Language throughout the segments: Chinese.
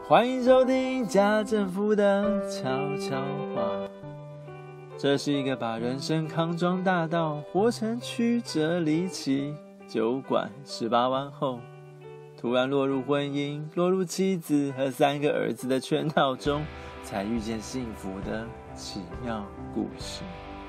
欢迎收听家政夫的悄悄话。这是一个把人生康庄大道活成曲折离奇、酒馆18弯后，突然落入婚姻、落入妻子和3个儿子的圈套中，才遇见幸福的奇妙故事。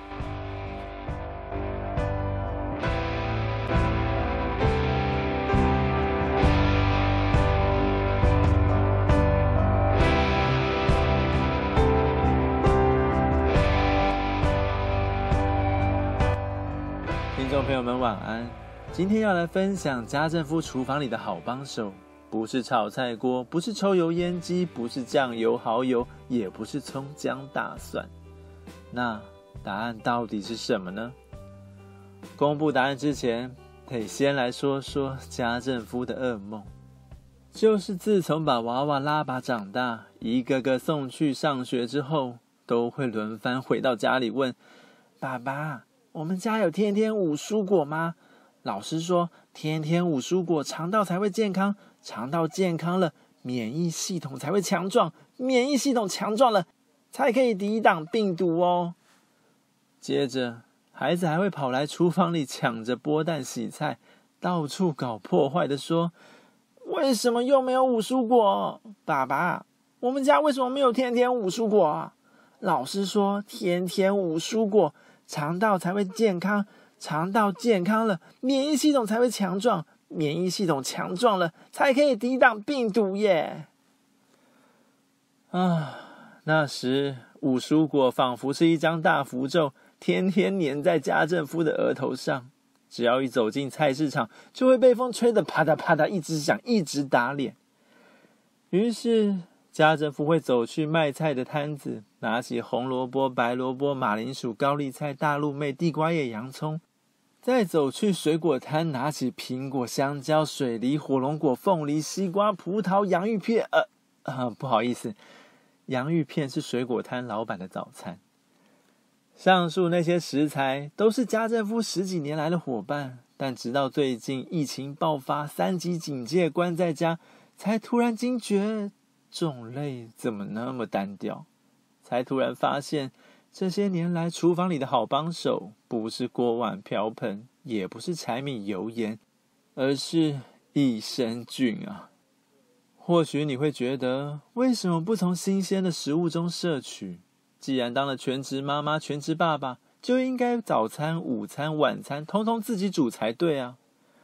听众朋友们晚安，今天要来分享家政夫厨房里的好帮手，不是炒菜锅，不是抽油烟机，不是酱油蚝油，也不是葱姜大蒜。那答案到底是什么呢？公布答案之前，得先来说说家政夫的噩梦，就是自从把娃娃拉拔长大，一个个送去上学之后，都会轮番回到家里问爸爸，我们家有天天5蔬果吗？老师说天天5蔬果肠道才会健康，肠道健康了免疫系统才会强壮，免疫系统强壮了才可以抵挡病毒哦。接着孩子还会跑来厨房里抢着剥蛋洗菜，到处搞破坏的说，为什么又没有5蔬果？爸爸，我们家为什么没有天天5蔬果啊？老师说天天5蔬果肠道才会健康，肠道健康了免疫系统才会强壮，免疫系统强壮了才可以抵挡病毒耶。那时5蔬果仿佛是一张大符咒，天天粘在家政夫的额头上，只要一走进菜市场，就会被风吹得啪嗒啪嗒一直响，一直打脸。于是家政夫会走去卖菜的摊子，拿起红萝卜、白萝卜、马铃薯、高丽菜、大陆妹、地瓜叶、洋葱，再走去水果摊，拿起苹果、香蕉、水梨、火龙果、凤梨、西瓜、葡萄、洋芋片。不好意思，洋芋片是水果摊老板的早餐。上述那些食材都是家政夫10几年来的伙伴，但直到最近疫情爆发，3级警戒关在家，才突然惊觉种类怎么那么单调，才突然发现这些年来厨房里的好帮手不是锅碗瓢盆，也不是柴米油盐，而是益生菌啊。或许你会觉得，为什么不从新鲜的食物中摄取？既然当了全职妈妈、全职爸爸，就应该早餐、午餐、晚餐通通自己煮才对啊。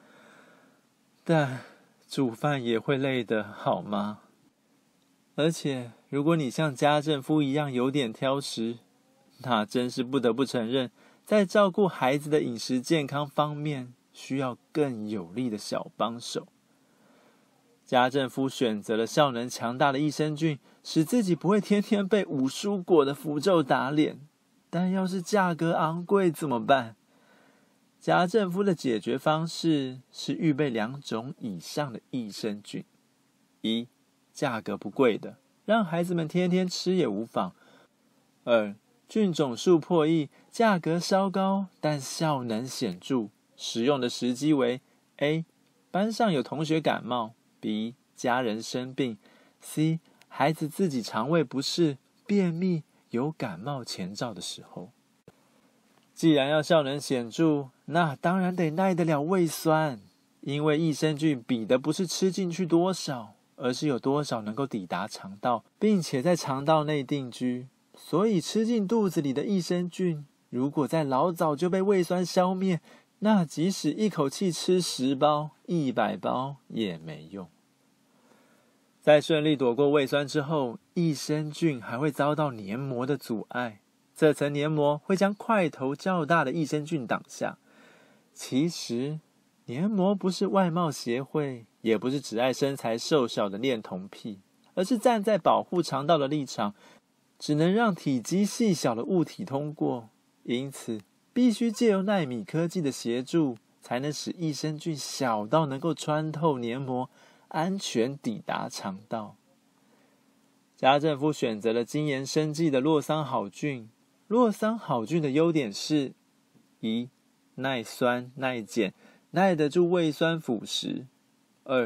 但煮饭也会累的好吗？而且如果你像家政夫一样有点挑食，那真是不得不承认，在照顾孩子的饮食健康方面，需要更有力的小帮手。家政夫选择了效能强大的益生菌，使自己不会天天被5蔬果的符咒打脸。但要是价格昂贵怎么办？家政夫的解决方式是预备2种以上的益生菌。1. 价格不贵的，让孩子们天天吃也无妨。2. 菌种数破亿，价格稍高，但效能显著。使用的时机为 A. 班上有同学感冒， B. 家人生病， C. 孩子自己肠胃不适、便秘、有感冒前兆的时候。既然要效能显著，那当然得耐得了胃酸，因为益生菌比的不是吃进去多少，而是有多少能够抵达肠道，并且在肠道内定居。所以吃进肚子里的益生菌，如果在老早就被胃酸消灭，那即使一口气吃10包、100包也没用。在顺利躲过胃酸之后，益生菌还会遭到黏膜的阻碍，这层黏膜会将块头较大的益生菌挡下。其实黏膜不是外貌协会，也不是只爱身材瘦小的恋童癖，而是站在保护肠道的立场，只能让体积细小的物体通过，因此必须借由奈米科技的协助，才能使益生菌小到能够穿透黏膜，安全抵达肠道。家政夫选择了精研生技的洛桑好菌。洛桑好菌的优点是： 1. 耐酸耐碱，耐得住胃酸腐蚀； 2.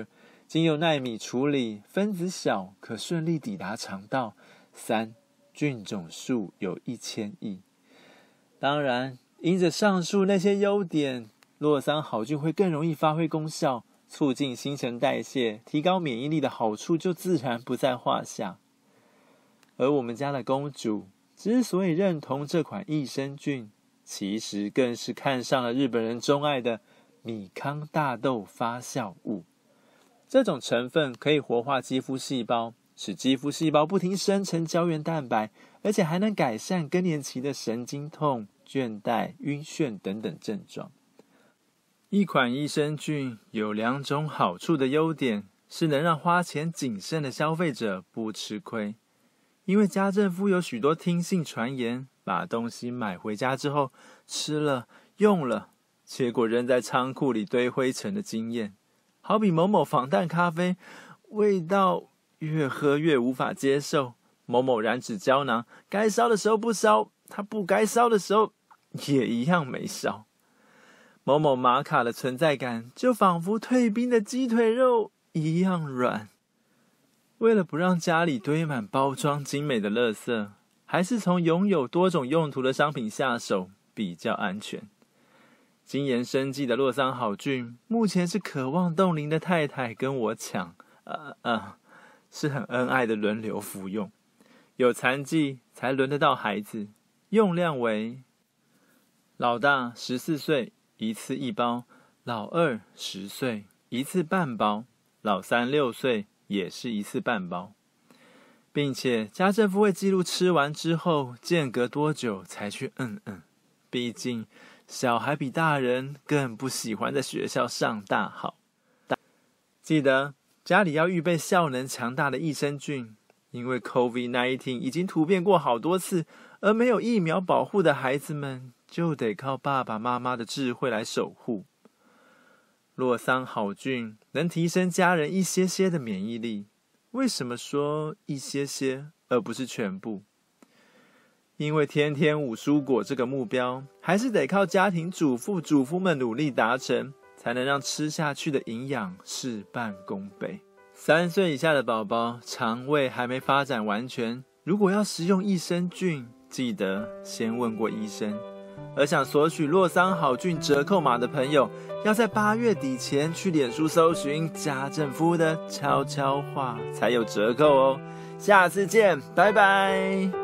经由奈米处理，分子小，可顺利抵达肠道。3. 菌种数有1000亿。当然，因着上述那些优点，洛桑好菌会更容易发挥功效，促进新陈代谢，提高免疫力的好处就自然不在话下。而我们家的公主之所以认同这款益生菌，其实更是看上了日本人钟爱的米糠大豆发酵物。这种成分可以活化肌肤细胞，使肌肤细胞不停生成胶原蛋白，而且还能改善更年期的神经痛、倦怠、晕眩等等症状。一款益生菌有2种好处的优点，是能让花钱谨慎的消费者不吃亏。因为家政夫有许多听信传言，把东西买回家之后吃了用了，结果扔在仓库里堆灰尘的经验。好比某某防弹咖啡，味道越喝越无法接受；某某燃脂胶囊，该烧的时候不烧，它不该烧的时候也一样没烧。某某玛卡的存在感，就仿佛退冰的鸡腿肉一样软。为了不让家里堆满包装精美的垃圾，还是从拥有多种用途的商品下手比较安全。精研生技的洛桑好菌，目前是渴望冻龄的太太跟我抢，是很恩爱的轮流服用。有残疾才轮得到孩子，用量为：老大14岁一次1包，老二10岁一次半包，老三6岁也是一次半包。并且家政夫会记录吃完之后间隔多久才去毕竟小孩比大人更不喜欢在学校上大号。记得家里要预备效能强大的益生菌，因为 COVID-19 已经突变过好多次，而没有疫苗保护的孩子们就得靠爸爸妈妈的智慧来守护。洛桑好菌能提升家人一些些的免疫力，为什么说一些些而不是全部？因为天天5蔬果这个目标，还是得靠家庭主妇主夫们努力达成，才能让吃下去的营养事半功倍。3岁以下的宝宝肠胃还没发展完全，如果要食用益生菌，记得先问过医生。而想索取洛桑好菌折扣码的朋友，要在8月底前去脸书搜寻家政夫的悄悄话，才有折扣哦。下次见，拜拜。